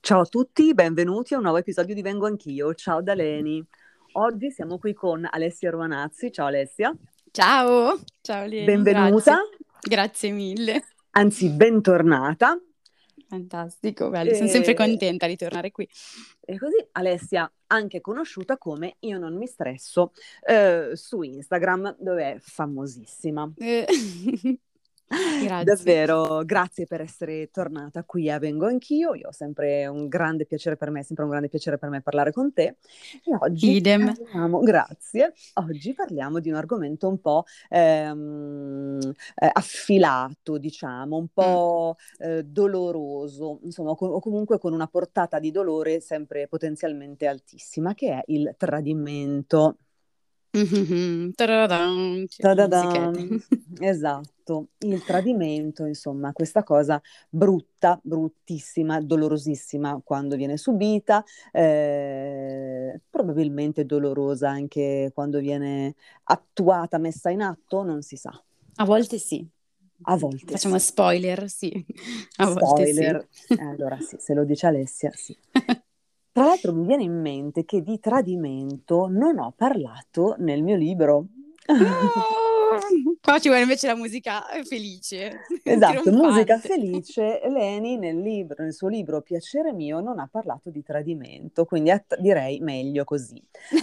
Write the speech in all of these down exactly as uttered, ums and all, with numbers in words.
Ciao a tutti, benvenuti a un nuovo episodio di Vengo Anch'io. Ciao da Leni. Oggi siamo qui con Alessia Romanazzi. Ciao Alessia. Ciao, ciao Leni, Benvenuta, grazie, grazie mille. anzi bentornata. Fantastico, bello, sono sempre E, contenta di tornare qui. e così Alessia, anche conosciuta come Io non mi stresso, eh, su Instagram, dove è famosissima. Eh, Grazie. Davvero, grazie per essere tornata qui a Vengo Anch'io. Io ho sempre un grande piacere per me, è sempre un grande piacere per me parlare con te. E oggi Idem. parliamo, grazie, oggi parliamo di un argomento un po' ehm, eh, affilato, diciamo, un Mm. po' eh, doloroso, insomma, o, co- o comunque con una portata di dolore sempre potenzialmente altissima, che è il tradimento. Mhm. Tararam, c'è la musichetta. Ta-da-dam. Esatto, il tradimento, insomma, questa cosa brutta, bruttissima, dolorosissima quando viene subita, eh, probabilmente dolorosa anche quando viene attuata, messa in atto, non si sa. A volte sì. A volte Facciamo sì. spoiler, sì. A volte sì. Spoiler. Eh, allora sì, se lo dice Alessia, sì. Tra l'altro mi viene in mente che di tradimento non ho parlato nel mio libro. Oh, qua ci vuole invece la musica felice, Esatto, musica trionfante. felice. Leni nel libro, nel suo libro Piacere mio non ha parlato di tradimento, quindi att- direi meglio così.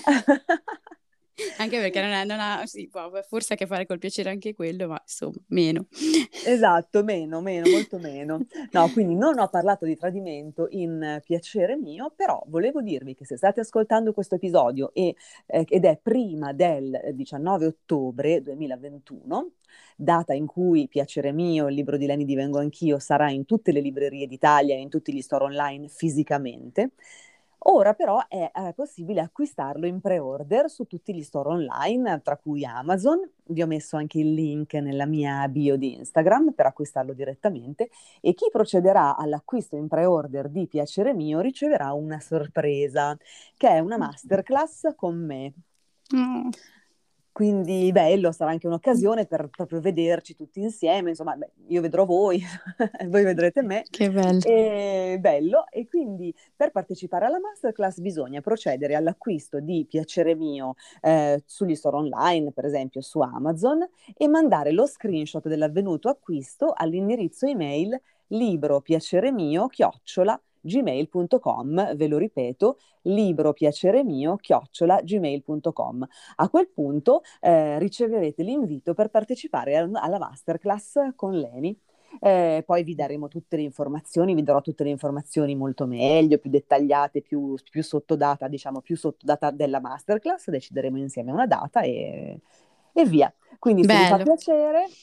Anche perché non, è- non ha, sì, boh, forse ha a che fare col piacere anche quello, ma insomma, meno. Esatto, meno, meno, molto meno. No, quindi non ho parlato di tradimento in eh, Piacere mio, però volevo dirvi che se state ascoltando questo episodio e, eh, ed è prima del diciannove ottobre duemilaventuno, data in cui Piacere mio, il libro di Leni Divengo Anch'io, sarà in tutte le librerie d'Italia e in tutti gli store online fisicamente. Ora però è eh, possibile acquistarlo in pre-order su tutti gli store online, tra cui Amazon. Vi ho messo anche il link nella mia bio di Instagram per acquistarlo direttamente e chi procederà all'acquisto in pre-order di Piacere mio riceverà una sorpresa, che è una masterclass con me. Mm. Quindi bello, sarà anche un'occasione per proprio vederci tutti insieme, insomma, beh, io vedrò voi, voi vedrete me, Che bello. e bello. E quindi per partecipare alla masterclass bisogna procedere all'acquisto di Piacere mio eh, sugli store online, per esempio su Amazon, e mandare lo screenshot dell'avvenuto acquisto all'indirizzo email libro piacere mio chiocciola gmail punto com, ve lo ripeto, libro piacere mio chiocciola gmail punto com. A quel punto eh, riceverete l'invito per partecipare a- alla masterclass con Leni. Eh, poi vi daremo tutte le informazioni, vi darò tutte le informazioni molto meglio, più dettagliate, più, più sottodata, diciamo più sottodata della masterclass, decideremo insieme una data e, e via. Quindi se vi fa Bello. piacere,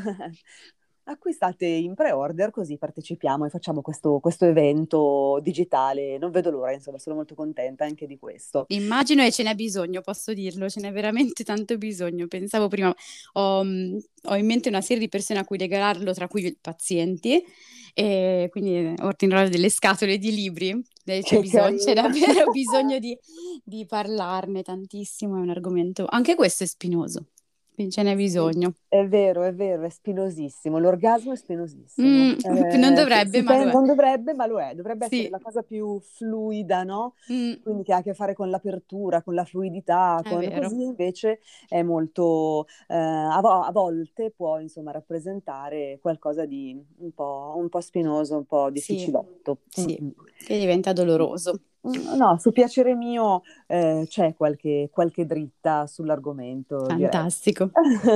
acquistate in pre-order così partecipiamo e facciamo questo, questo evento digitale. Non vedo l'ora, insomma, sono molto contenta anche di questo. Immagino e ce n'è bisogno, posso dirlo, ce n'è veramente tanto bisogno. Pensavo prima, ho, mh, ho in mente una serie di persone a cui regalarlo, tra cui pazienti, e quindi ordinerò delle scatole di libri. Eh, C'è Che bisogno, c'è carina! davvero bisogno di, di parlarne tantissimo, è un argomento, anche questo è spinoso, quindi ce n'è Sì, bisogno. è vero, è vero, è spinosissimo. L'orgasmo è spinosissimo. Mm, non Eh, si- dovrebbe, si ma pe- lo è. non dovrebbe, ma lo è. Dovrebbe essere Sì, la cosa più fluida, no? mm, Quindi che ha a che fare con l'apertura, con la fluidità, è con vero. così invece è molto, eh, a, vo- a volte può insomma rappresentare qualcosa di un po', un po' spinoso, un po' Sì, difficilotto. Mm, sì, mm. che diventa doloroso. Mm, No, su piacere mio eh, c'è qualche, qualche dritta sull'argomento, direi. Fantastico.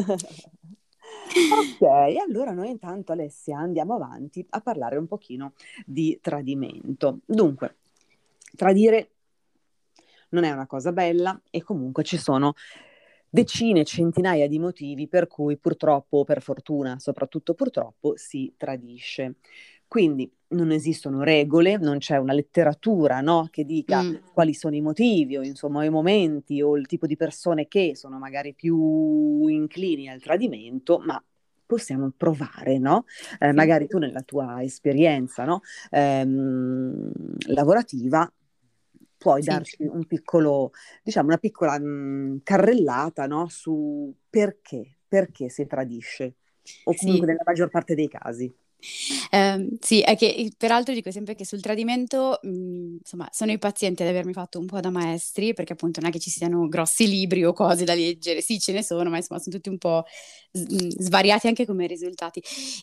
Ok, allora noi intanto, Alessia, andiamo avanti a parlare un pochino di tradimento. Dunque, tradire non è una cosa bella e comunque ci sono decine, centinaia di motivi per cui purtroppo o per fortuna, soprattutto purtroppo, si tradisce. Quindi non esistono regole, non c'è una letteratura, no, che dica Mm, quali sono i motivi o insomma i momenti o il tipo di persone che sono magari più inclini al tradimento, ma possiamo provare, no? Eh, sì, magari tu nella tua esperienza, no? ehm, lavorativa puoi sì, darci un piccolo, diciamo, una piccola mh, carrellata, no? Su perché, perché si tradisce, o comunque sì. nella maggior parte dei casi. Ehm, sì, è che il peraltro dico sempre che sul tradimento, mhmm, insomma, sono i pazienti ad avermi fatto un po' da maestri, perché appunto non è che ci siano grossi libri o cose da leggere. Sì, ce ne sono, ma insomma son tutti un po' s mhmm, svariati anche come risultati.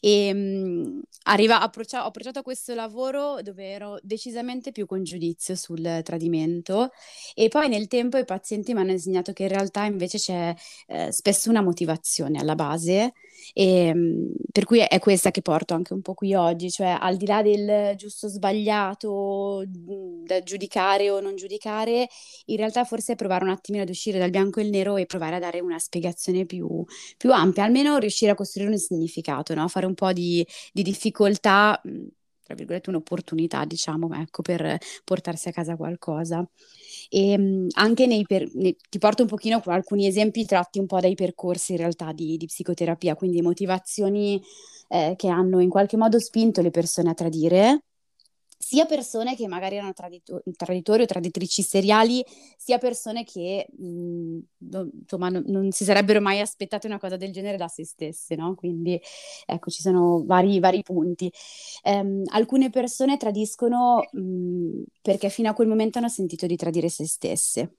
Ehm, arriva approccia ho approcciato a questo lavoro dove ero decisamente più con giudizio sul tradimento e poi nel tempo i pazienti m'hanno insegnato che in realtà invece c'è, ehm, spesso una motivazione alla base. Ehm, per cui è è questa che porto anche un po' qui oggi, cioè al di là del giusto o sbagliato, mhmm, da giudicare o non giudicare, in realtà forse provare un attimino ad uscire dal bianco e il nero e provare a dare una spiegazione più più ampia, almeno riuscire a costruire un significato, no, fare un po' di di difficoltà, mhmm, tra virgolette "un'opportunità" diciamo, ecco, per portarsi a casa qualcosa. Ehm, anche nei per ne ti porto un pochino qua alcuni esempi tratti un po' dai percorsi in realtà di di psicoterapia, quindi motivazioni, ehm, che hanno in qualche modo spinto le persone a tradire, sia persone che magari erano tradito traditori o traditrici seriali, sia persone che, mhmm, non insomma non non si sarebbero mai aspettate una cosa del genere da se stesse, no, quindi ecco ci sono vari vari punti. Ehm, alcune persone tradiscono, mhmm, perché fino a quel momento hanno sentito di tradire se stesse.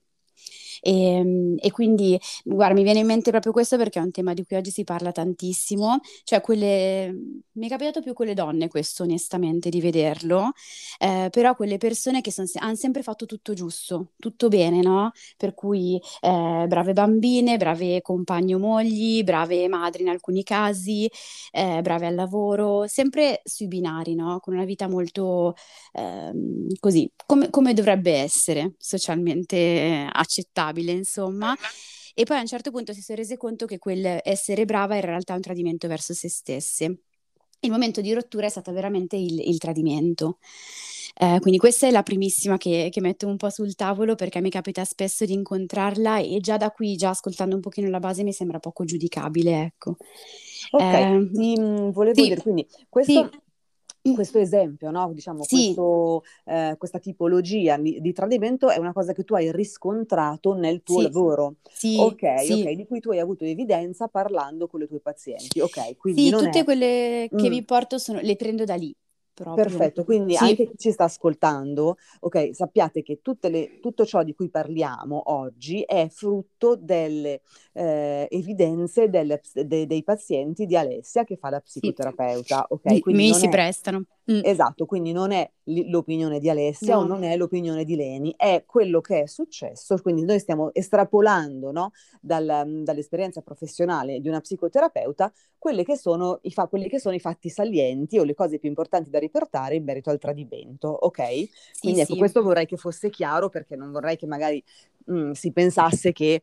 Ehm, e quindi guarda, mi viene in mente proprio questo perché è un tema di cui oggi si parla tantissimo, cioè quelle mhmm, mi è capitato più con le donne questo onestamente di vederlo, ehm, però quelle persone che son se han sempre fatto tutto giusto, tutto bene, no, per cui, ehm, brave bambine, brave compagne o mogli, brave madri in alcuni casi, ehm, brave al lavoro, sempre sui binari, no, con una vita molto, ehm, così, come come dovrebbe essere, socialmente accettabile insomma. E poi a un certo punto si son rese conto che quel essere brava in realtà è un tradimento verso se stesse. Il momento di rottura è stata veramente il il tradimento. Ehm, quindi questa è la primissima che che metto un po' sul tavolo perché mi capita spesso di incontrarla e già da qui, già ascoltando un pochino la base, mi sembra poco giudicabile, ecco. Okay, Ehm, ti mhmm, volevo sì, dire quindi sì, questo mh, questo esempio, no, diciamo sì, questo ehm, questa tipologia di di tradimento è una cosa che tu hai riscontrato nel tuo sì, lavoro. sì, Okay, sì. okay, di cui tu hai avuto evidenza parlando con le tue pazienti. Okay, quindi Sì, non tutte è quelle che mh. vi porto sono le prendo da lì proprio. Perfetto, quindi Sì, anche chi ci sta ascoltando, okay, sappiate che tutte le tutto ciò di cui parliamo oggi è frutto delle, ehm, evidenze delle ps de dei pazienti di Alessia che fa la sì, psicoterapeuta, okay, mi quindi mi non si è prestano. Mh. esatto, quindi non è l'i l'opinione di Alessia o No, non è l'opinione di Leni, è quello che è successo, quindi noi stiamo estrapolando, no, dal mhmm, dall'esperienza professionale di una psicoterapeuta quelle che sono i fa quelli che sono i fatti salienti o le cose più importanti da riportare in merito al tradimento, okay? sì, Quindi ecco, sì, questo vorrei che fosse chiaro perché non vorrei che magari, mhmm, si pensasse che,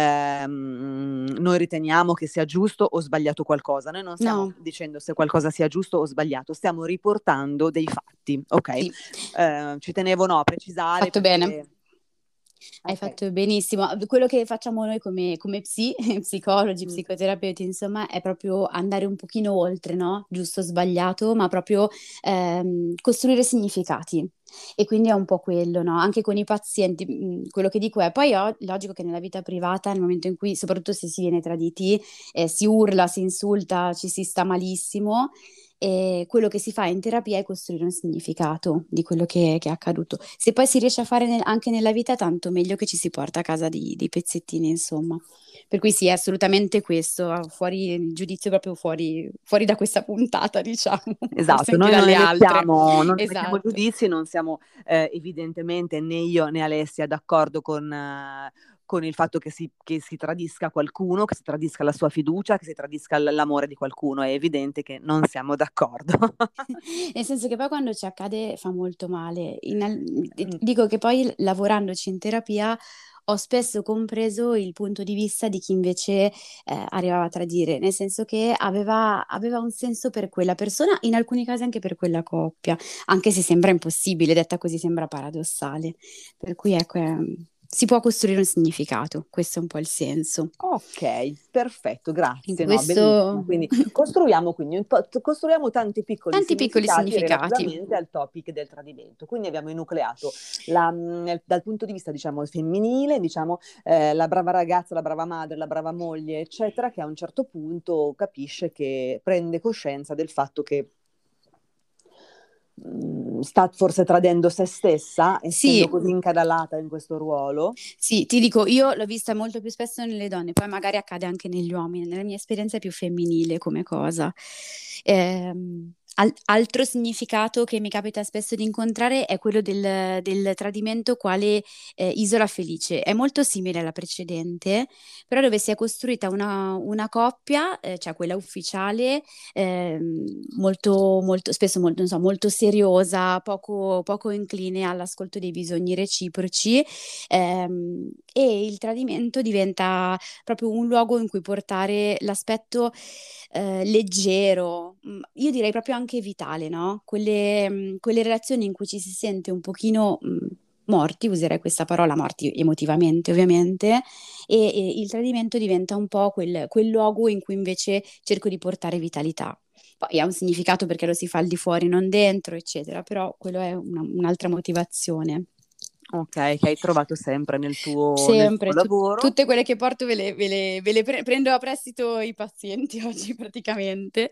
ehm, noi riteniamo che sia giusto o sbagliato qualcosa. Noi non stiamo no, dicendo se qualcosa sia giusto o sbagliato, stiamo riportando dei fatti, okay? sì, Ehm, ci tenevo, no, a precisare fatto bene. perché Hai okay. fatto benissimo. V quello che facciamo noi come come psi, psicologi, Mh. psicoterapeuti, insomma, è proprio andare un pochino oltre, no, giusto o sbagliato, ma proprio, ehm, costruire significati. E quindi è un po' quello, no, anche con i pazienti, mhmm, quello che dico è: poi o logico che nella vita privata, nel momento in cui soprattutto se si viene traditi, ehm, si urla, si insulta, ci si sta malissimo, e quello che si fa in terapia è costruire un significato di quello che che è accaduto. Se poi si riesce a fare nel anche nella vita tanto meglio che ci si porta a casa dei dei pezzettini insomma. Per cui sì, è assolutamente questo, a fuori il giudizio proprio fuori fuori da questa puntata diciamo, forse Esatto, anche noi non dalle altre. emettiamo non emettiamo Esatto. giudizi, non siamo, ehm, evidentemente né io né Alessia d'accordo con eh, con il fatto che si che si tradisca qualcuno, che si tradisca la sua fiducia, che si tradisca l l'amore di qualcuno. È evidente che non siamo d'accordo. Nel senso che poi quando ci accade fa molto male. In al d Mh. dico che poi lavorandoci in terapia ho spesso compreso il punto di vista di chi invece, ehm, arrivava a tradire, nel senso che aveva aveva un senso per quella persona, in alcuni casi anche per quella coppia, anche se sembra impossibile, detta così sembra paradossale. Per cui ecco, ehm, si può costruire un significato, questo è un po' il senso. Okay, perfetto, In grazie. No, bellissimo. questo Quindi costruiamo quindi un po' t costruiamo tanti piccoli tanti piccoli significati significati. relativamente al topic del tradimento. Quindi abbiamo enucleato la mhmm, nel dal punto di vista diciamo femminile, diciamo, ehm, la brava ragazza, la brava madre, la brava moglie, eccetera, che a un certo punto capisce che prende coscienza del fatto che mh, sta forse tradendo se stessa, essendo Sì, così incanalata in questo ruolo. sì, ti dico, io l'ho vista molto più spesso nelle donne, poi magari accade anche negli uomini, nella mia esperienza è più femminile come cosa. Ehm, al- altro significato che mi capita spesso di incontrare è quello del, del tradimento quale eh, isola felice. È molto simile alla precedente, però dove si è costruita una, una coppia, eh, cioè quella ufficiale, ehm, molto, molto, spesso molto, non so, molto seriosa, poco, poco incline all'ascolto dei bisogni reciproci, ehm, e il tradimento diventa proprio un luogo in cui portare l'aspetto eh, leggero, mm, io direi proprio anche vitale, no? Quelle, mm, quelle relazioni in cui ci si sente un pochino mm, morti, userei questa parola, morti emotivamente ovviamente, e, e il tradimento diventa un po' quel, quel luogo in cui invece cerco di portare vitalità. Poi ha un significato perché lo si fa al di fuori, non dentro, eccetera, però quello è una- un'altra motivazione. Ok, che hai trovato sempre nel tuo, nel tuo Sempre, tu- lavoro. tutte quelle che porto ve le, ve le- ve le pre- prendo a prestito i pazienti oggi praticamente.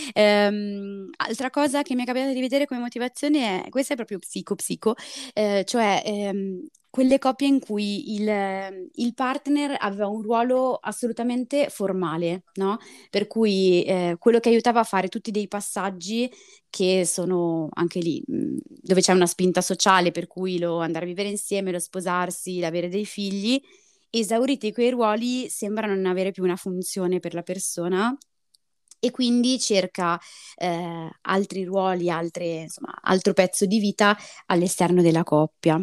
Ehm, altra cosa che mi è capitato di vedere come motivazione è, questa è proprio psico-psico, eh, cioè ehm, quelle coppie in cui il, il partner aveva un ruolo assolutamente formale, no? Per cui eh, quello che aiutava a fare tutti dei passaggi che sono anche lì, mh, dove c'è una spinta sociale, per cui lo andare a vivere insieme, lo sposarsi, l'avere dei figli, esauriti quei ruoli, sembra non avere più una funzione per la persona e quindi cerca eh, altri ruoli, altre, insomma, altro pezzo di vita all'esterno della coppia.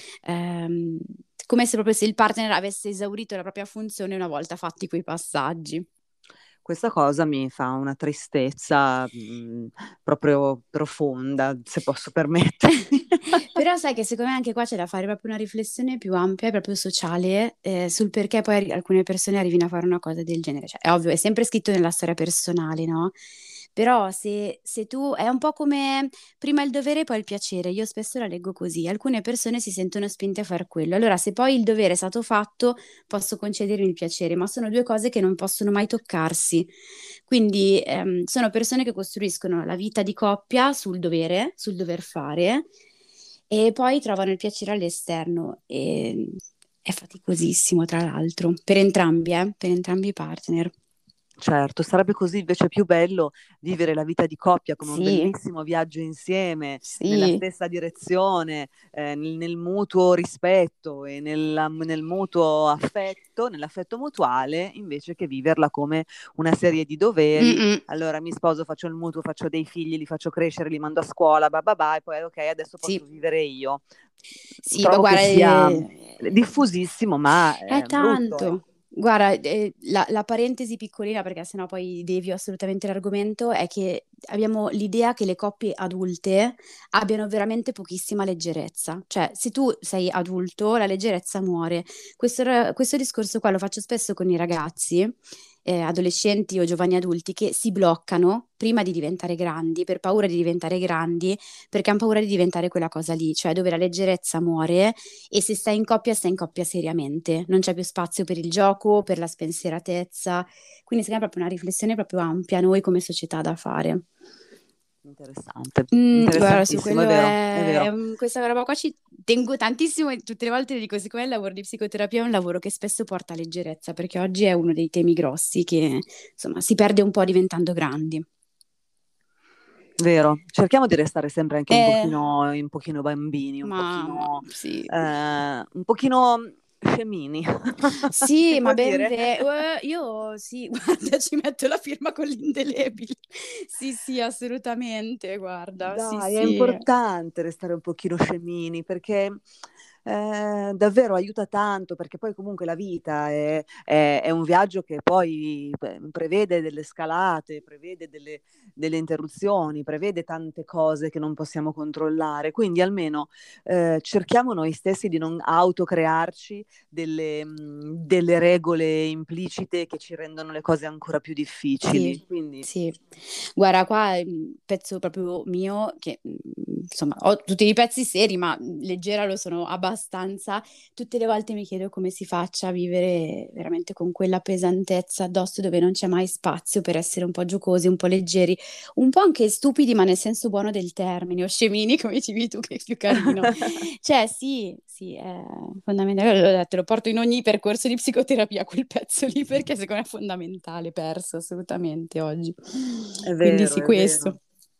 Ehm, come se proprio se il partner avesse esaurito la propria funzione una volta fatti quei passaggi. Questa cosa mi fa una tristezza mh, proprio profonda, se posso permettermi. Però sai che secondo me anche qua c'è da fare proprio una riflessione più ampia e proprio sociale eh, sul perché poi arri- alcune persone arrivino a fare una cosa del genere. Cioè, è ovvio, è sempre scritto nella storia personale, no? Però se, se tu è un po' come prima il dovere e poi il piacere, io spesso la leggo così, alcune persone si sentono spinte a fare quello, allora se poi il dovere è stato fatto posso concedermi il piacere, ma sono due cose che non possono mai toccarsi. Quindi ehm, sono persone che costruiscono la vita di coppia sul dovere, sul dover fare, e poi trovano il piacere all'esterno. E è faticosissimo, tra l'altro, per entrambi, eh, per entrambi i partner. Certo, sarebbe così invece più bello vivere la vita di coppia come un Sì, bellissimo viaggio insieme, nella sì, stessa direzione, eh, nel, nel mutuo rispetto e nella- nel mutuo affetto, nell'affetto mutuale, invece che viverla come una serie di doveri. Mm-mm. Allora mi sposo, faccio il mutuo, faccio dei figli, li faccio crescere, li mando a scuola, bah bah bah, e poi ok, adesso posso Sì, vivere io. sì, ma Trovo che guarda, sia eh, diffusissimo, ma è è brutto, eh. tanto. Guarda, eh, la, la parentesi piccolina, perché sennò poi devio assolutamente l'argomento, è che abbiamo l'idea che le coppie adulte abbiano veramente pochissima leggerezza. Cioè, se tu sei adulto, la leggerezza muore. Questo, questo discorso qua lo faccio spesso con i ragazzi, eh, adolescenti o giovani adulti, che si bloccano prima di diventare grandi, per paura di diventare grandi, perché hanno paura di diventare quella cosa lì, cioè dove la leggerezza muore e se stai in coppia, stai in coppia seriamente, non c'è più spazio per il gioco, per la spensieratezza, quindi secondo me è proprio una riflessione proprio ampia noi come società da fare. Interessante, Mm, guarda, su interessantissimo, è quello vero, è è, è vero. un- questa roba qua ci tengo tantissimo e tutte le volte dico, siccome il lavoro di psicoterapia è un lavoro che spesso porta leggerezza, perché oggi è uno dei temi grossi che insomma si perde un po' diventando grandi. Vero, cerchiamo di restare sempre anche un Eh, pochino, un pochino bambini, un ma, ma pochino, sì. eh, un pochino scemini, si Sì, ma può ben dire? ve- eh, io sì, guarda, ci metto la firma con l'indelebile. Sì, sì, assolutamente, guarda, sì, Dai, è sì. importante restare un pochino scemini perché eh, davvero aiuta tanto, perché poi comunque la vita è, è- è un viaggio che poi eh, prevede delle scalate, prevede delle, delle interruzioni, prevede tante cose che non possiamo controllare. Quindi almeno eh, cerchiamo noi stessi di non autocrearci delle, mh, delle regole implicite che ci rendono le cose ancora più Sì, difficili. Quindi sì. Guarda, qua è un pezzo proprio mio che, mm, insomma, ho tutti i pezzi seri, ma leggera lo sono abbastanza, tutte le volte mi chiedo come si faccia a vivere veramente con quella pesantezza addosso, dove non c'è mai spazio per essere un po' giocosi, un po' leggeri, un po' anche stupidi, ma nel senso buono del termine, o scemini, come dicevi tu, che è più carino. Cioè sì, sì, è fondamentale. L'ho detto, lo porto in ogni percorso di psicoterapia quel pezzo lì, perché secondo me è fondamentale, perso assolutamente oggi. È Quindi vero, sì, è vero. questo.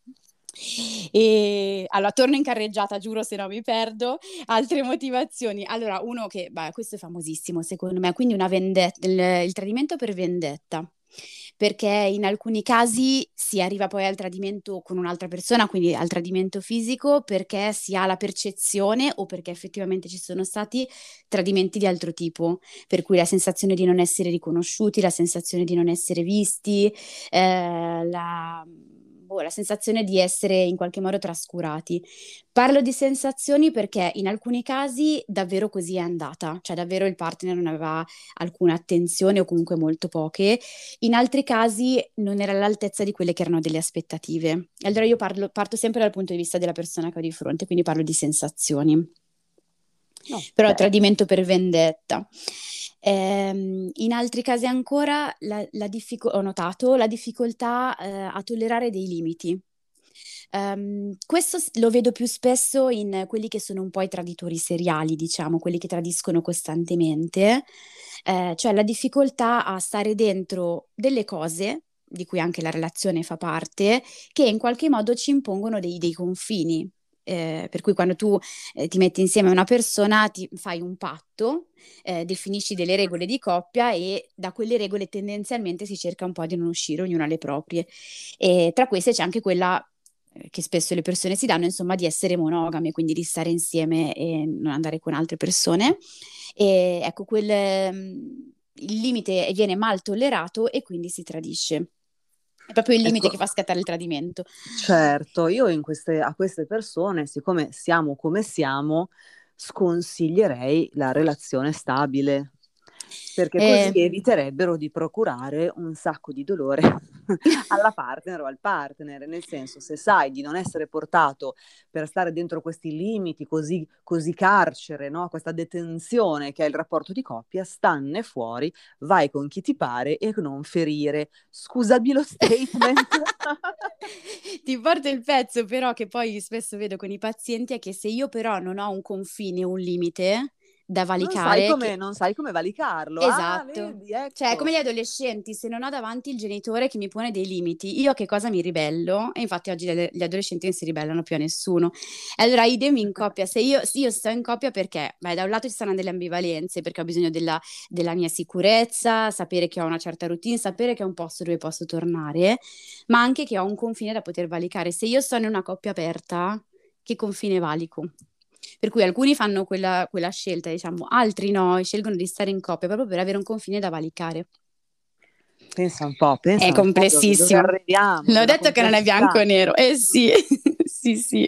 E allora torno in carreggiata, giuro, se no mi perdo. Altre motivazioni. Allora, uno che, beh, questo è famosissimo secondo me, quindi una vendetta, il, il tradimento per vendetta. Perché in alcuni casi si arriva poi al tradimento con un'altra persona, quindi al tradimento fisico, perché si ha la percezione o perché effettivamente ci sono stati tradimenti di altro tipo, per cui la sensazione di non essere riconosciuti, la sensazione di non essere visti, eh, la, boh, la sensazione di essere in qualche modo trascurati. Parlo di sensazioni perché in alcuni casi davvero così è andata, cioè davvero il partner non aveva alcuna attenzione o comunque molto poche, in altri casi non era all'altezza di quelle che erano delle aspettative. Allora io parlo, parto sempre dal punto di vista della persona che ho di fronte, quindi parlo di sensazioni. Però Ok. tradimento per vendetta. Ehm, in altri casi ancora la, la diffico- ho notato la difficoltà eh, a tollerare dei limiti. Ehm, questo s- lo vedo più spesso in quelli che sono un po' i traditori seriali, diciamo, quelli che tradiscono costantemente, eh, cioè la difficoltà a stare dentro delle cose, di cui anche la relazione fa parte, che in qualche modo ci impongono dei, dei confini. Eh, per cui quando tu eh, ti metti insieme a una persona, ti fai un patto, eh, definisci delle regole di coppia e da quelle regole tendenzialmente si cerca un po' di non uscire ognuno alle proprie. E tra queste c'è anche quella eh, che spesso le persone si danno, insomma, di essere monogame, quindi di stare insieme e non andare con altre persone. E ecco, quel, ehm, il limite viene mal tollerato e quindi si tradisce. È proprio il limite che Ecco, fa scattare il tradimento. certo, io in queste, a queste persone, siccome siamo come siamo, sconsiglierei la relazione stabile, perché così Eh, eviterebbero di procurare un sacco di dolore alla partner o al partner. Nel senso, se sai di non essere portato per stare dentro questi limiti così, così carcere, no? Questa detenzione che è il rapporto di coppia, stanne fuori, vai con chi ti pare e non ferire. Scusami lo statement. Ti porto il pezzo però che poi spesso vedo con i pazienti è che se io però non ho un confine, un limite da Non sai valicare, come, che non sai come valicarlo. Ah, esatto. vedi, Cioè, è come ecco. gli adolescenti, se non ho davanti il genitore che mi pone dei limiti, io a che cosa mi ribello? E infatti oggi le- gli adolescenti non si ribellano più a nessuno. E allora idem in coppia, se io, se io sto in coppia perché, beh, da un lato ci saranno delle ambivalenze, perché ho bisogno della, della mia sicurezza, sapere che ho una certa routine, sapere che è un posto dove posso tornare, ma anche che ho un confine da poter valicare. Se io sto in una coppia aperta, che confine valico? Per cui alcuni fanno quella, quella scelta, diciamo, altri no, e scelgono di stare in coppia proprio per avere un confine da valicare. Pensa un po', È pensa un po' dove, dove complessissimo. arriviamo, di L'ho una detto che non è bianco complessità. o nero. Eh sì, sì, sì.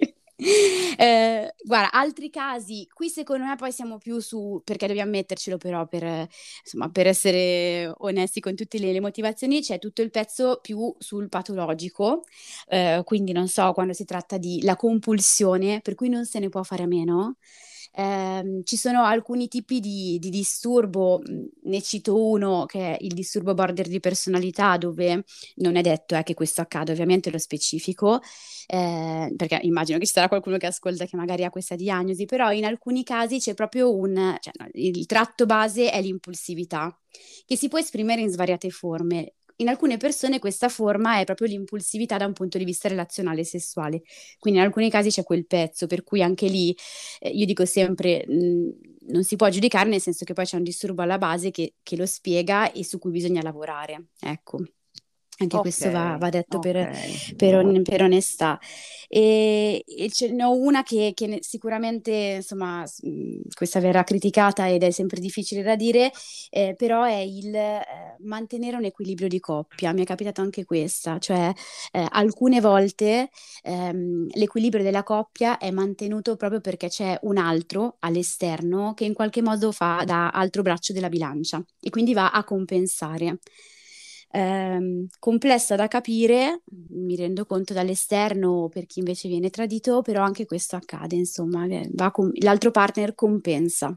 Eh, guarda, altri casi, qui secondo me poi siamo più su, perché dobbiamo mettercelo però per, eh, insomma, per essere onesti con tutte le, le motivazioni, c'è tutto il pezzo più sul patologico, eh, quindi non so, quando si tratta di la compulsione, per cui non se ne può fare a meno. Ehm, ci sono alcuni tipi di, di disturbo, mh, ne cito uno che è il disturbo border di personalità, dove non è detto eh, che questo accada, ovviamente lo specifico, eh, perché immagino che ci sarà qualcuno che ascolta che magari ha questa diagnosi, però in alcuni casi c'è proprio un, cioè, no, il tratto base è l'impulsività, che si può esprimere in svariate forme. In alcune persone questa forma è proprio l'impulsività da un punto di vista relazionale e sessuale, quindi in alcuni casi c'è quel pezzo, per cui anche lì eh, io dico sempre, mh, non si può giudicare, nel senso che poi c'è un disturbo alla base che, che lo spiega e su cui bisogna lavorare. Ecco. Anche Ok, questo va, va detto ok. per, per on- per onestà. E, e ce ne ho una che, che ne- sicuramente, insomma, s- mh, questa verrà criticata ed è sempre difficile da dire, eh, però è il eh, mantenere un equilibrio di coppia. Mi è capitato anche questa, cioè eh, alcune volte ehm, l'equilibrio della coppia è mantenuto proprio perché c'è un altro all'esterno che in qualche modo fa da altro braccio della bilancia e quindi va a compensare. ehm, complessa da capire, mi rendo conto dall'esterno per chi invece viene tradito, però anche questo accade, insomma, che va com- l'altro partner compensa.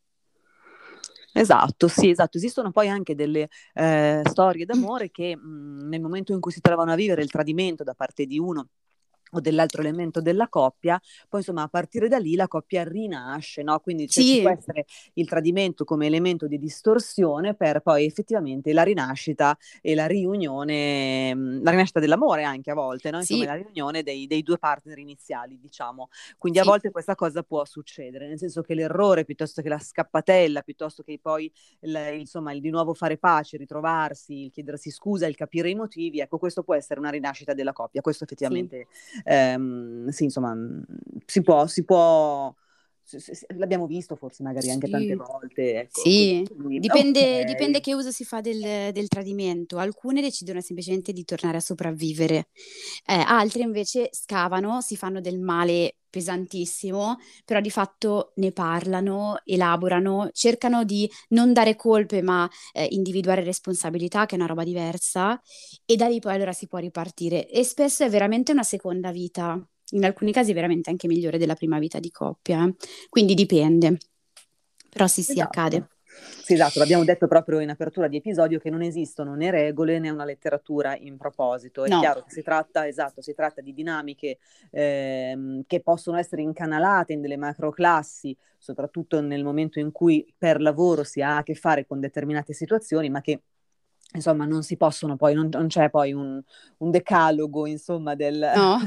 Esatto, sì, esatto. Esistono poi anche delle eh, storie d'amore che mh, nel momento in cui si trovano a vivere il tradimento da parte di uno o dell'altro elemento della coppia, poi insomma a partire da lì la coppia rinasce, no? Quindi cioè, ci può Sì, essere il tradimento come elemento di distorsione per poi effettivamente la rinascita e la riunione, mh, la rinascita dell'amore anche a volte, no? Insomma sì, la riunione dei, dei due partner iniziali, diciamo. Quindi a sì, volte questa cosa può succedere, nel senso che l'errore piuttosto che la scappatella, piuttosto che poi il, insomma il di nuovo fare pace, ritrovarsi, il chiedersi scusa, il capire i motivi, ecco questo può essere una rinascita della coppia, questo sì. effettivamente ehm, sì, insomma, mh, si può, si può, s- s- l'abbiamo visto forse magari anche tante Sì, volte, ecco, così. sì, Quindi, dipende, dipende ok, che uso si fa del, del tradimento. Alcune decidono semplicemente di tornare a sopravvivere, eh, altre invece scavano, si fanno del male pesantissimo, però di fatto ne parlano, elaborano, cercano di non dare colpe, ma eh, individuare responsabilità, che è una roba diversa, e da lì poi allora si può ripartire. E spesso è veramente una seconda vita, in alcuni casi veramente anche migliore della prima vita di coppia, eh. Quindi dipende. Però sì, sì, esatto. accade. Sì, esatto, l'abbiamo detto proprio in apertura di episodio che non esistono né regole né una letteratura in proposito. È No, chiaro che si tratta, esatto, si tratta di dinamiche ehm, che possono essere incanalate in delle macroclassi, soprattutto nel momento in cui per lavoro si ha a che fare con determinate situazioni, ma che insomma non si possono poi, non, non c'è poi un, un decalogo, insomma, del, no,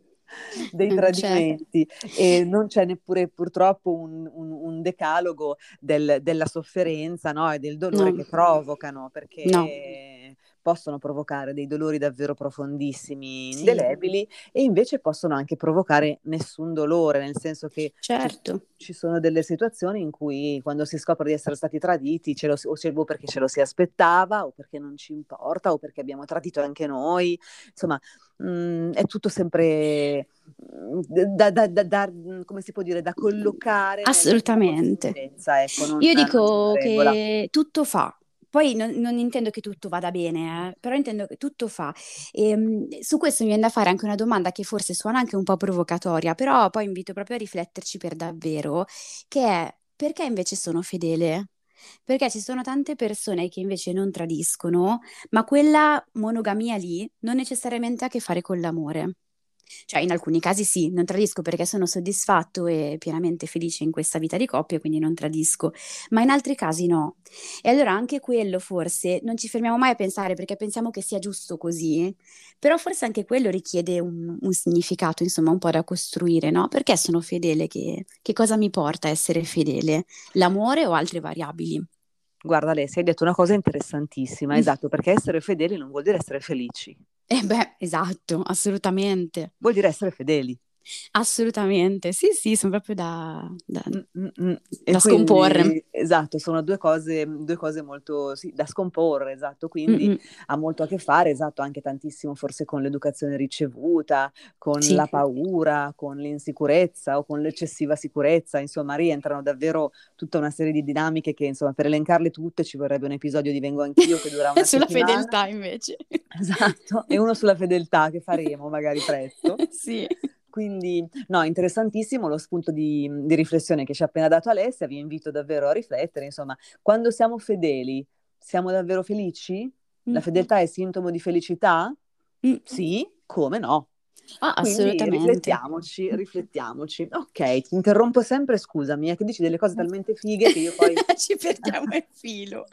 dei non c'è. tradimenti e non c'è neppure purtroppo un, un, un decalogo del, della sofferenza, no? E del dolore No, che provocano, no, perché possono provocare dei dolori davvero profondissimi, sì, indelebili, e invece possono anche provocare nessun dolore, nel senso che ci, certo. ci sono delle situazioni in cui quando si scopre di essere stati traditi, ce lo, o, ce, o perché ce lo si aspettava, o perché non ci importa, o perché abbiamo tradito anche noi, insomma, mh, è tutto sempre mh, da, da, da, da, come si può dire, da collocare nella giusta Assolutamente. consistenza, ecco, non, Io non c'è una dico regola. che tutto fa. Poi non, non intendo che tutto vada bene, eh, però intendo che tutto fa. E, mh, su questo mi viene da fare anche una domanda che forse suona anche un po' provocatoria, però poi invito proprio a rifletterci per davvero, che è perché invece sono fedele? Perché ci sono tante persone che invece non tradiscono, ma quella monogamia lì non necessariamente ha a che fare con l'amore. Cioè, in alcuni casi sì, non tradisco perché sono soddisfatto e pienamente felice in questa vita di coppia, quindi non tradisco, ma in altri casi no. E allora anche quello forse non ci fermiamo mai a pensare perché pensiamo che sia giusto così, però forse anche quello richiede un, un significato, insomma, un po' da costruire, no? Perché sono fedele? Che, che cosa mi porta a essere fedele? L'amore o altre variabili? Guarda, Alessia, hai detto una cosa interessantissima, esatto, perché essere fedeli non vuol dire essere felici, Eh beh, esatto, assolutamente. vuol dire essere fedeli. Assolutamente, sì, sì, sono proprio da, da, Mm, mm, mm. E da scomporre. quindi, esatto, sono due cose, due cose molto sì, da scomporre, esatto, quindi Mm-mm. ha molto a che fare, esatto, anche tantissimo forse con l'educazione ricevuta, con Sì, la paura, con l'insicurezza o con l'eccessiva sicurezza, insomma, rientrano davvero tutta una serie di dinamiche che, insomma, per elencarle tutte ci vorrebbe un episodio di Vengo Anch'io che dura una sulla settimana. fedeltà invece. Esatto, e uno sulla fedeltà che faremo magari presto. Sì. Quindi, no, interessantissimo lo spunto di, di riflessione che ci ha appena dato Alessia, vi invito davvero a riflettere, insomma, quando siamo fedeli, siamo davvero felici? La Mm, fedeltà è sintomo di felicità? mm. Sì, come no? Ah, Quindi assolutamente. riflettiamoci, riflettiamoci. Ok, ti interrompo sempre, scusami, è che dici delle cose talmente fighe che io poi... Ci perdiamo il filo.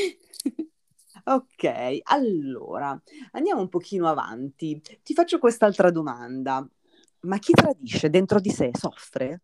Ok, allora andiamo un pochino avanti. Ti faccio quest'altra domanda. Ma chi tradisce dentro di sé soffre?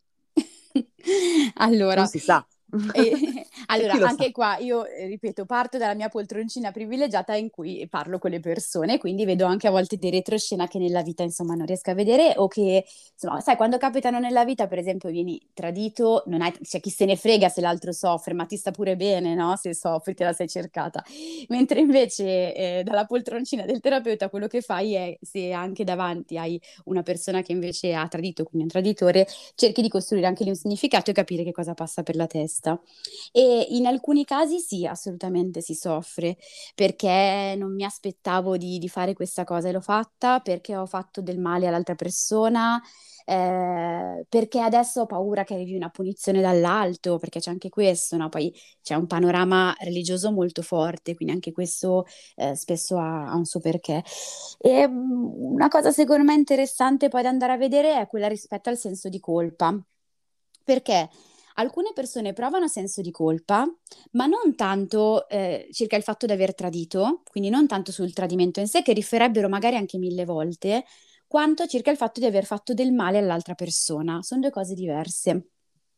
Non Allora, si sa. e- E chi allora, lo sa? anche qua io eh, ripeto, parto dalla mia poltroncina privilegiata in cui parlo con le persone, quindi vedo anche a volte dei retroscena che nella vita insomma non riesco a vedere o che insomma, sai, quando capitano nella vita, per esempio, vieni tradito, non hai, cioè chi se ne frega se l'altro soffre, ma ti sta pure bene, no? Se soffri, te la sei cercata. Mentre invece eh, dalla poltroncina del terapeuta quello che fai è se anche davanti hai una persona che invece ha tradito, quindi un traditore cerchi di costruire anche lì un significato e capire che cosa passa per la testa. E E in alcuni casi sì, assolutamente si soffre, perché non mi aspettavo di, di fare questa cosa e l'ho fatta, perché ho fatto del male all'altra persona, eh, perché adesso ho paura che arrivi una punizione dall'alto, perché c'è anche questo, no? Poi c'è un panorama religioso molto forte, quindi anche questo eh, spesso ha, ha un suo perché. E mm, una cosa secondo me interessante poi da andare a vedere è quella rispetto al senso di colpa, perché alcune persone provano senso di colpa, ma non tanto eh, circa il fatto di aver tradito, quindi non tanto sul tradimento in sé, che riferebbero magari anche mille volte, quanto circa il fatto di aver fatto del male all'altra persona. Sono due cose diverse.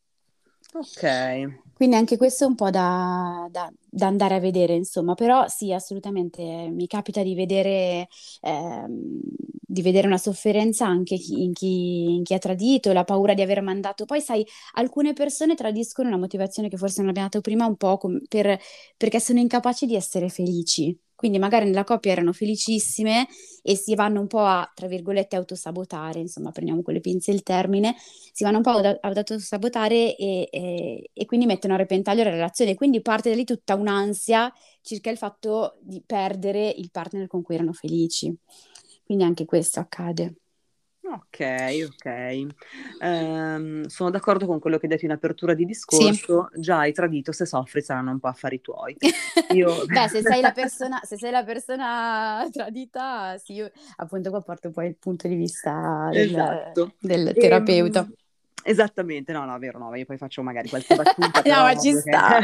Ok. Quindi anche questo è un po' da, da- da andare a vedere, insomma, però sì, assolutamente mi capita di vedere, ehm, di vedere una sofferenza anche chi- in chi, in chi ha tradito, la paura di aver mandato. Poi, sai, alcune persone tradiscono una motivazione che forse non abbiamo dato prima un po' com- per- perché sono incapaci di essere felici. Quindi magari nella coppia erano felicissime e si vanno un po' a, tra virgolette, autosabotare, insomma, prendiamo con le pinze il termine, si vanno un po' ad, ad autosabotare e, e, e quindi mettono a repentaglio la relazione. Quindi parte da lì tutta un'ansia circa il fatto di perdere il partner con cui erano felici. Quindi anche questo accade. Ok, ok. Ehm, sono d'accordo con quello che hai detto in apertura di Sì. discorso. Già hai tradito, se soffri saranno un po' affari tuoi. Io... Beh, se sei la persona, se sei la persona tradita, sì, io appunto qua porto poi il punto di vista del, Esatto. del terapeuta. Ehm, esattamente, no, no, vero, no, io poi faccio magari qualche battuta, No, però ma ci ovvio che... sta.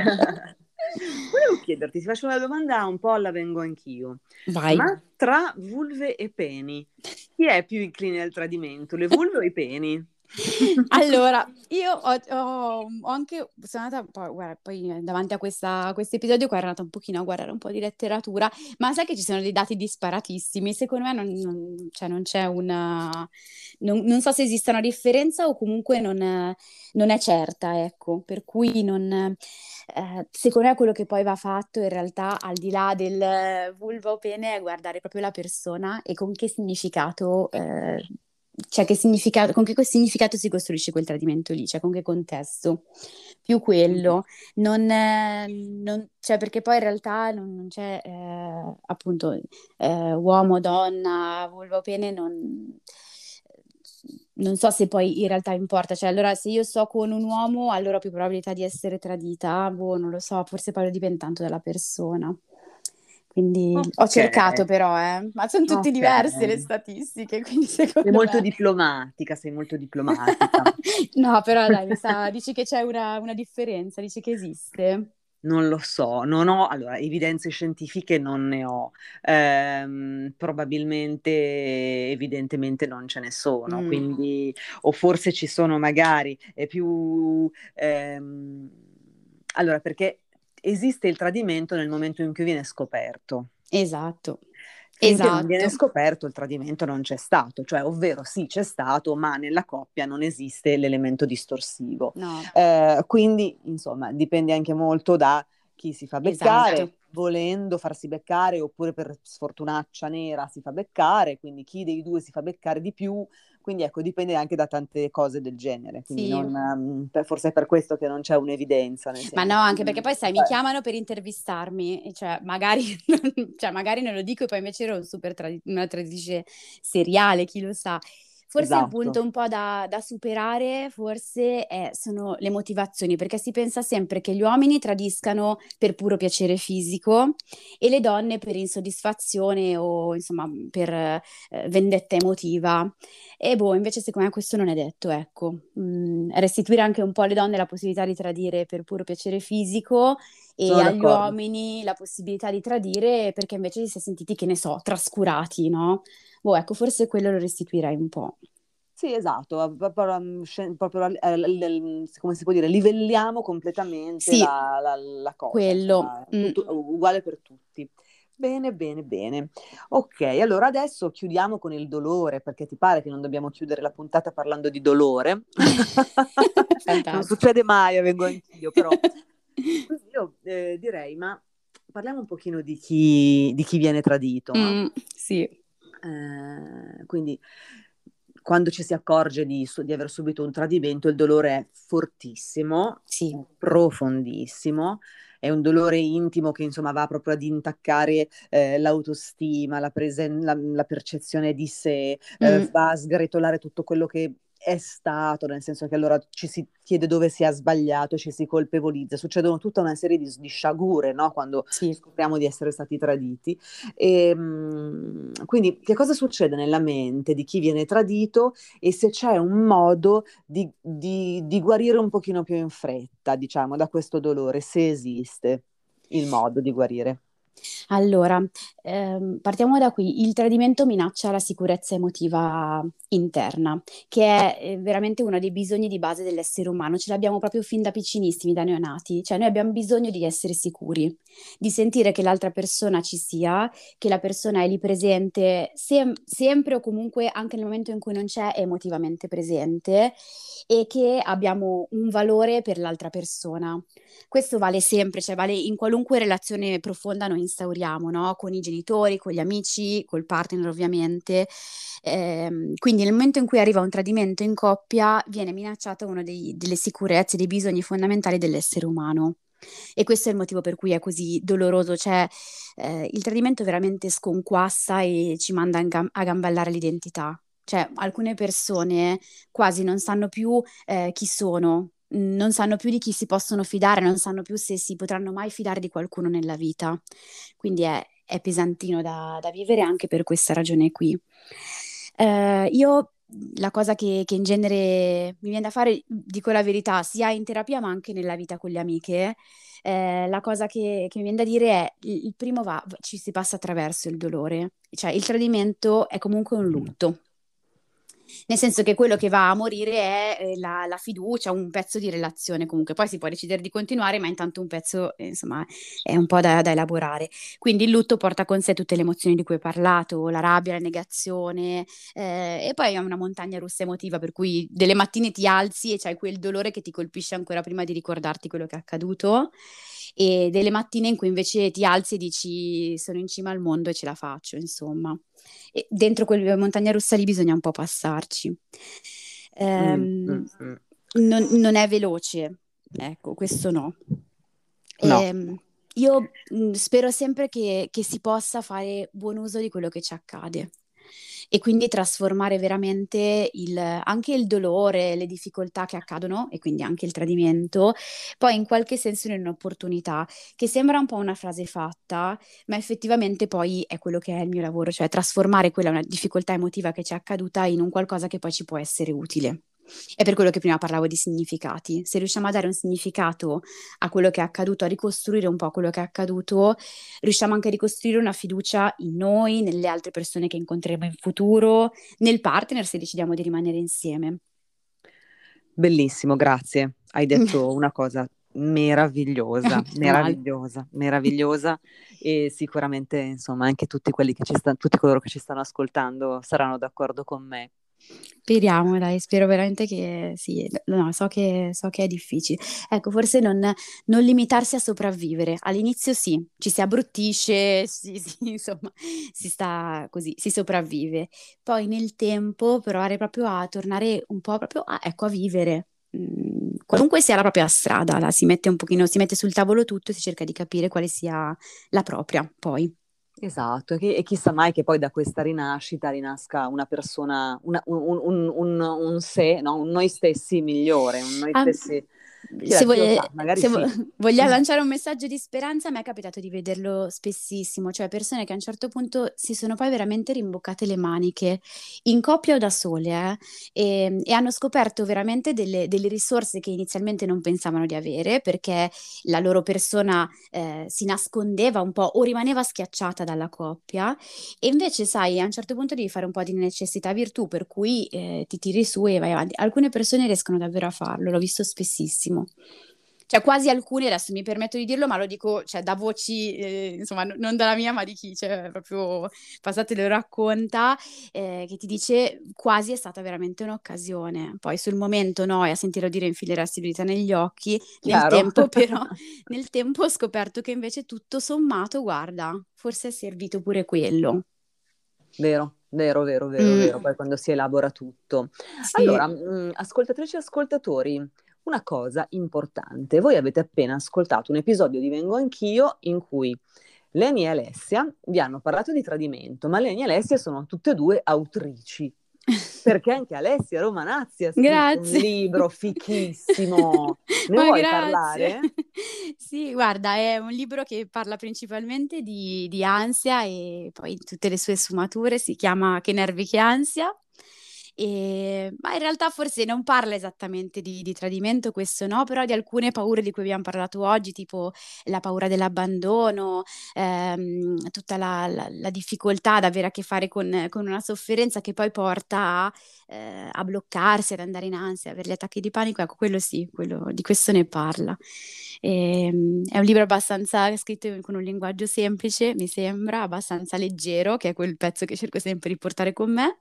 Volevo chiederti, ti faccio una domanda un po' alla vengo anch'io, Vai. ma tra vulve e peni, chi è più incline al tradimento, le vulve o i peni? Allora, io ho, ho- ho anche, sono andata, poi, guarda, poi eh, davanti a questa, questo episodio qua ero andata un pochino a guardare un po' di letteratura, ma sai che ci sono dei dati disparatissimi, secondo me non, non- cioè non c'è una, non, non so se esista una differenza o comunque non, eh, non è certa, ecco, per cui non, eh, secondo me quello che poi va fatto in realtà al di là del eh, vulva o pene è guardare proprio la persona e con che significato, eh, cioè che significato, con che significato si costruisce quel tradimento lì, cioè con che contesto. Più quello, non, eh, non- cioè perché poi in realtà non, non c'è eh, appunto eh, uomo, donna, vulva o pene, non, non so se poi in realtà importa, cioè allora se io sto con un uomo allora ho più probabilità di essere tradita, boh, non lo so, forse poi lo dipende tanto dalla persona. Quindi ho Ok, cercato però, eh, ma sono tutte ok. diverse le statistiche, quindi Sei secondo molto me... diplomatica, sei molto diplomatica. No, però dai, mi sa, dici che c'è una, una differenza, dici che esiste. Non lo so, non ho, allora, evidenze scientifiche non ne ho. Ehm, probabilmente, evidentemente non ce ne sono, Mm, quindi, o forse ci sono magari, è più, ehm, allora, perché esiste il tradimento nel momento in cui viene scoperto. esatto, Finché non viene esatto. scoperto, il tradimento non c'è stato, cioè, ovvero sì, c'è stato, ma nella coppia non esiste l'elemento distorsivo. No, Eh, quindi, insomma, dipende anche molto da chi si fa beccare, esatto. volendo farsi beccare, oppure per sfortunaccia nera si fa beccare, quindi chi dei due si fa beccare di più. Quindi ecco, dipende anche da tante cose del genere. Quindi Sì, non, ehm, per- forse è per questo che non c'è un'evidenza, nel ma no, senso anche perché che, poi sai, mi cioè, chiamano per intervistarmi, e cioè magari, cioè, magari non lo dico e poi invece ero un super tradi- una traditrice seriale, chi lo sa. Forse il punto esatto. un po' da, da superare, forse, è- sono le motivazioni, perché si pensa sempre che gli uomini tradiscano per puro piacere fisico e le donne per insoddisfazione o insomma per eh, vendetta emotiva. E boh, invece secondo me questo non è detto, ecco. Mm, restituire anche un po' alle donne la possibilità di tradire per puro piacere fisico e Sono agli d'accordo. uomini la possibilità di tradire perché invece si è sentiti, che ne so, trascurati, no? Boh, ecco, forse quello lo restituirei un po'. Sì, esatto, proprio, mm, scen- proprio, eh, l- l- come si può dire, livelliamo completamente Sì, la, la- la cosa, quello. insomma, Mm, tutto uguale per tutti. Bene, bene, bene. Ok, allora adesso chiudiamo con il dolore, perché ti pare che non dobbiamo chiudere la puntata parlando di dolore? Non Fantastico. succede mai, vengo anch'io, però. Quindi io eh, direi, ma parliamo un pochino di chi, di chi viene tradito, no? Mm, sì. Eh, quindi quando ci si accorge di, su- di aver subito un tradimento, il dolore è fortissimo, Sì. profondissimo, è un dolore intimo che insomma va proprio ad intaccare eh, l'autostima, la, presen- la- la percezione di sé, eh, Mm, va a sgretolare tutto quello che è stato, nel senso che allora ci si chiede dove si è sbagliato, ci si colpevolizza, succedono tutta una serie di, di sciagure, no? Quando sì. scopriamo di essere stati traditi. E, mh, quindi che cosa succede nella mente di chi viene tradito e se c'è un modo di, di, di guarire un pochino più in fretta, diciamo, da questo dolore, se esiste il modo di guarire. Allora, ehm, partiamo da qui. Il tradimento minaccia la sicurezza emotiva interna, che è eh, veramente uno dei bisogni di base dell'essere umano. Ce l'abbiamo proprio fin da piccinissimi, da neonati. Cioè, noi abbiamo bisogno di essere sicuri, di sentire che l'altra persona ci sia, che la persona è lì presente sem- sempre o comunque anche nel momento in cui non c'è, è emotivamente presente e che abbiamo un valore per l'altra persona. Questo vale sempre, cioè vale in qualunque relazione profonda noi instauriamo, no? Con i genitori, con gli amici, col partner ovviamente. Ehm, quindi nel momento in cui arriva un tradimento in coppia viene minacciata una delle sicurezze, dei bisogni fondamentali dell'essere umano. E questo è il motivo per cui è così doloroso, cioè eh, il tradimento veramente sconquassa e ci manda a, gam- a gambellare l'identità. Cioè alcune persone quasi non sanno più eh, chi sono, non sanno più di chi si possono fidare, non sanno più se si potranno mai fidare di qualcuno nella vita. Quindi è, è pesantino da, da vivere anche per questa ragione qui. Eh, io la cosa che, che in genere mi viene da fare, dico la verità, sia in terapia ma anche nella vita con le amiche, eh, la cosa che, che mi viene da dire è il, il primo va, ci si passa attraverso il dolore, cioè il tradimento è comunque un lutto. Nel senso che quello che va a morire è eh, la, la fiducia, un pezzo di relazione comunque. Poi si può decidere di continuare, ma intanto un pezzo, eh, insomma, è un po' da, da elaborare. Quindi il lutto porta con sé tutte le emozioni di cui ho parlato, la rabbia, la negazione, eh, e poi è una montagna russa emotiva, per cui delle mattine ti alzi e c'hai quel dolore che ti colpisce ancora prima di ricordarti quello che è accaduto, e delle mattine in cui invece ti alzi e dici sono in cima al mondo e ce la faccio, insomma. E dentro quella montagna russa lì bisogna un po' passarci. Mm, mm, Ehm, mm. non, non è veloce, ecco, questo no. No. Ehm, io mh, spero sempre che, che si possa fare buon uso di quello che ci accade e quindi trasformare veramente il- anche il dolore, le difficoltà che accadono e quindi anche il tradimento, poi in qualche senso in un'opportunità, che sembra un po' una frase fatta, ma effettivamente poi è quello che è il mio lavoro, cioè trasformare quella una difficoltà emotiva che ci è accaduta in un qualcosa che poi ci può essere utile. È per quello che prima parlavo di significati. Se riusciamo a dare un significato a quello che è accaduto, a ricostruire un po' quello che è accaduto, riusciamo anche a ricostruire una fiducia in noi, nelle altre persone che incontreremo in futuro, nel partner se decidiamo di rimanere insieme. Bellissimo, grazie. Hai detto una cosa meravigliosa, Meno male. meravigliosa, meravigliosa e sicuramente, insomma, anche tutti quelli che ci stanno, tutti coloro che ci stanno ascoltando saranno d'accordo con me. Speriamo, dai, spero veramente che sì, no, so che, so che è difficile. Ecco, forse non, non limitarsi a sopravvivere. All'inizio sì, ci si abbruttisce, sì, sì, insomma, si sta così, si sopravvive. Poi nel tempo provare proprio a tornare un po' proprio a, ecco, a vivere. Mm, qualunque sia la propria strada, la si mette un pochino, si mette sul tavolo tutto e si cerca di capire quale sia la propria, poi. Esatto, e, chi- e chissà mai che poi da questa rinascita rinasca una persona, una- un, un- un- un sé, no? Un noi stessi migliore, un noi Ah, stessi, chi, se, la- chi lo voglia- sa, magari se vo- sì. voglia lanciare un messaggio di speranza, a me è capitato di vederlo spessissimo, cioè persone che a un certo punto si sono poi veramente rimboccate le maniche, in coppia o da sole, eh, e, e hanno scoperto veramente delle, delle risorse che inizialmente non pensavano di avere, perché la loro persona eh, si nascondeva un po' o rimaneva schiacciata dalla coppia, e invece, sai, a un certo punto devi fare un po' di necessità virtù, per cui eh, ti tiri su e vai avanti. Alcune persone riescono davvero a farlo, l'ho visto spessissimo. Cioè, quasi alcuni, adesso mi permetto di dirlo, ma lo dico, cioè, da voci, eh, insomma, n- non dalla mia, ma di chi, cioè, proprio passate lo racconta, eh, che ti dice quasi è stata veramente un'occasione. Poi sul momento no, e a sentirlo dire infileresti le dita negli occhi, nel Chiaro? tempo però, nel tempo ho scoperto che invece tutto sommato, guarda, forse è servito pure quello. Vero, Vero, vero, vero, Mm, vero, poi quando si elabora tutto. sì, Allora, mh, ascoltatrici e ascoltatori, una cosa importante, voi avete appena ascoltato un episodio di Vengo Anch'io in cui Leni e Alessia vi hanno parlato di tradimento, ma Leni e Alessia sono tutte e due autrici, perché anche Alessia Romanazzi ha scritto un grazie. libro fichissimo. Ne Ma vuoi grazie. parlare? Sì, guarda, è un libro che parla principalmente di, di ansia e poi tutte le sue sfumature, si chiama Che nervi che ansia. E, ma in realtà forse non parla esattamente di, di tradimento, questo no, però di alcune paure di cui abbiamo parlato oggi, tipo la paura dell'abbandono, ehm, tutta la, la- la difficoltà ad avere a che fare con, con una sofferenza che poi porta a, eh, a bloccarsi, ad andare in ansia, avere gli attacchi di panico. Ecco, quello sì, quello- di questo ne parla. Ehm, è un libro abbastanza scritto con un linguaggio semplice, mi sembra, abbastanza leggero, che è quel pezzo che cerco sempre di portare con me.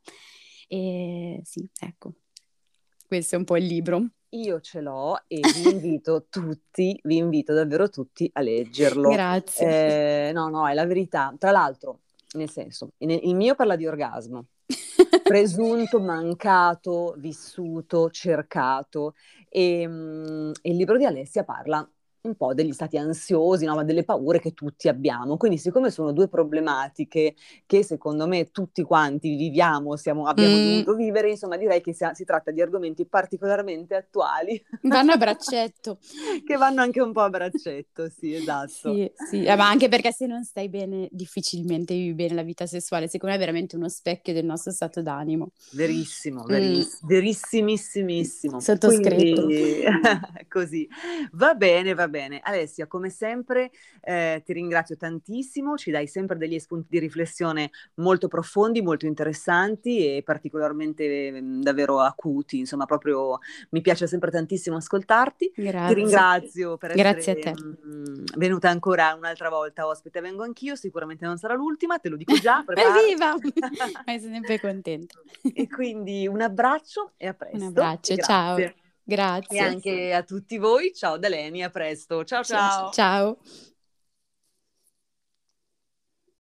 E sì, ecco, questo è un po' il libro. Io ce l'ho e vi invito tutti, vi invito davvero tutti a leggerlo. Grazie. Eh, no, no, è la verità. Tra l'altro, nel senso, il il mio parla di orgasmo, presunto, mancato, vissuto, cercato. E, mm, e il libro di Alessia parla un po' degli stati ansiosi, no? Ma delle paure che tutti abbiamo. Quindi, siccome sono due problematiche che secondo me tutti quanti viviamo, siamo- abbiamo Mm, dovuto vivere, insomma, direi che si, si tratta di argomenti particolarmente attuali, vanno a braccetto. che vanno anche un po' a braccetto, sì, esatto. Sì, sì, eh, ma anche perché se non stai bene, difficilmente vivi bene la vita sessuale. Secondo me è veramente uno specchio del nostro stato d'animo. Verissimo, Mm, veriss- verissimissimo. sottoscritto. Quindi così. Va bene, va bene. Alessia, come sempre, eh, ti ringrazio tantissimo, ci dai sempre degli spunti di riflessione molto profondi, molto interessanti e particolarmente mm, davvero acuti. Insomma, proprio mi piace sempre tantissimo ascoltarti. Ti Grazie. ringrazio per Grazie a essere te. mm, venuta ancora un'altra volta ospite. Vengo anch'io, sicuramente non sarà l'ultima, te lo dico già, preparati. Evviva! Ma sono sempre contenta. E quindi un abbraccio e a Un presto e abbraccio, ciao. grazie. E Grazie. anche a tutti voi, ciao da Leni, a presto. Ciao Ciao. ciao. Ciao.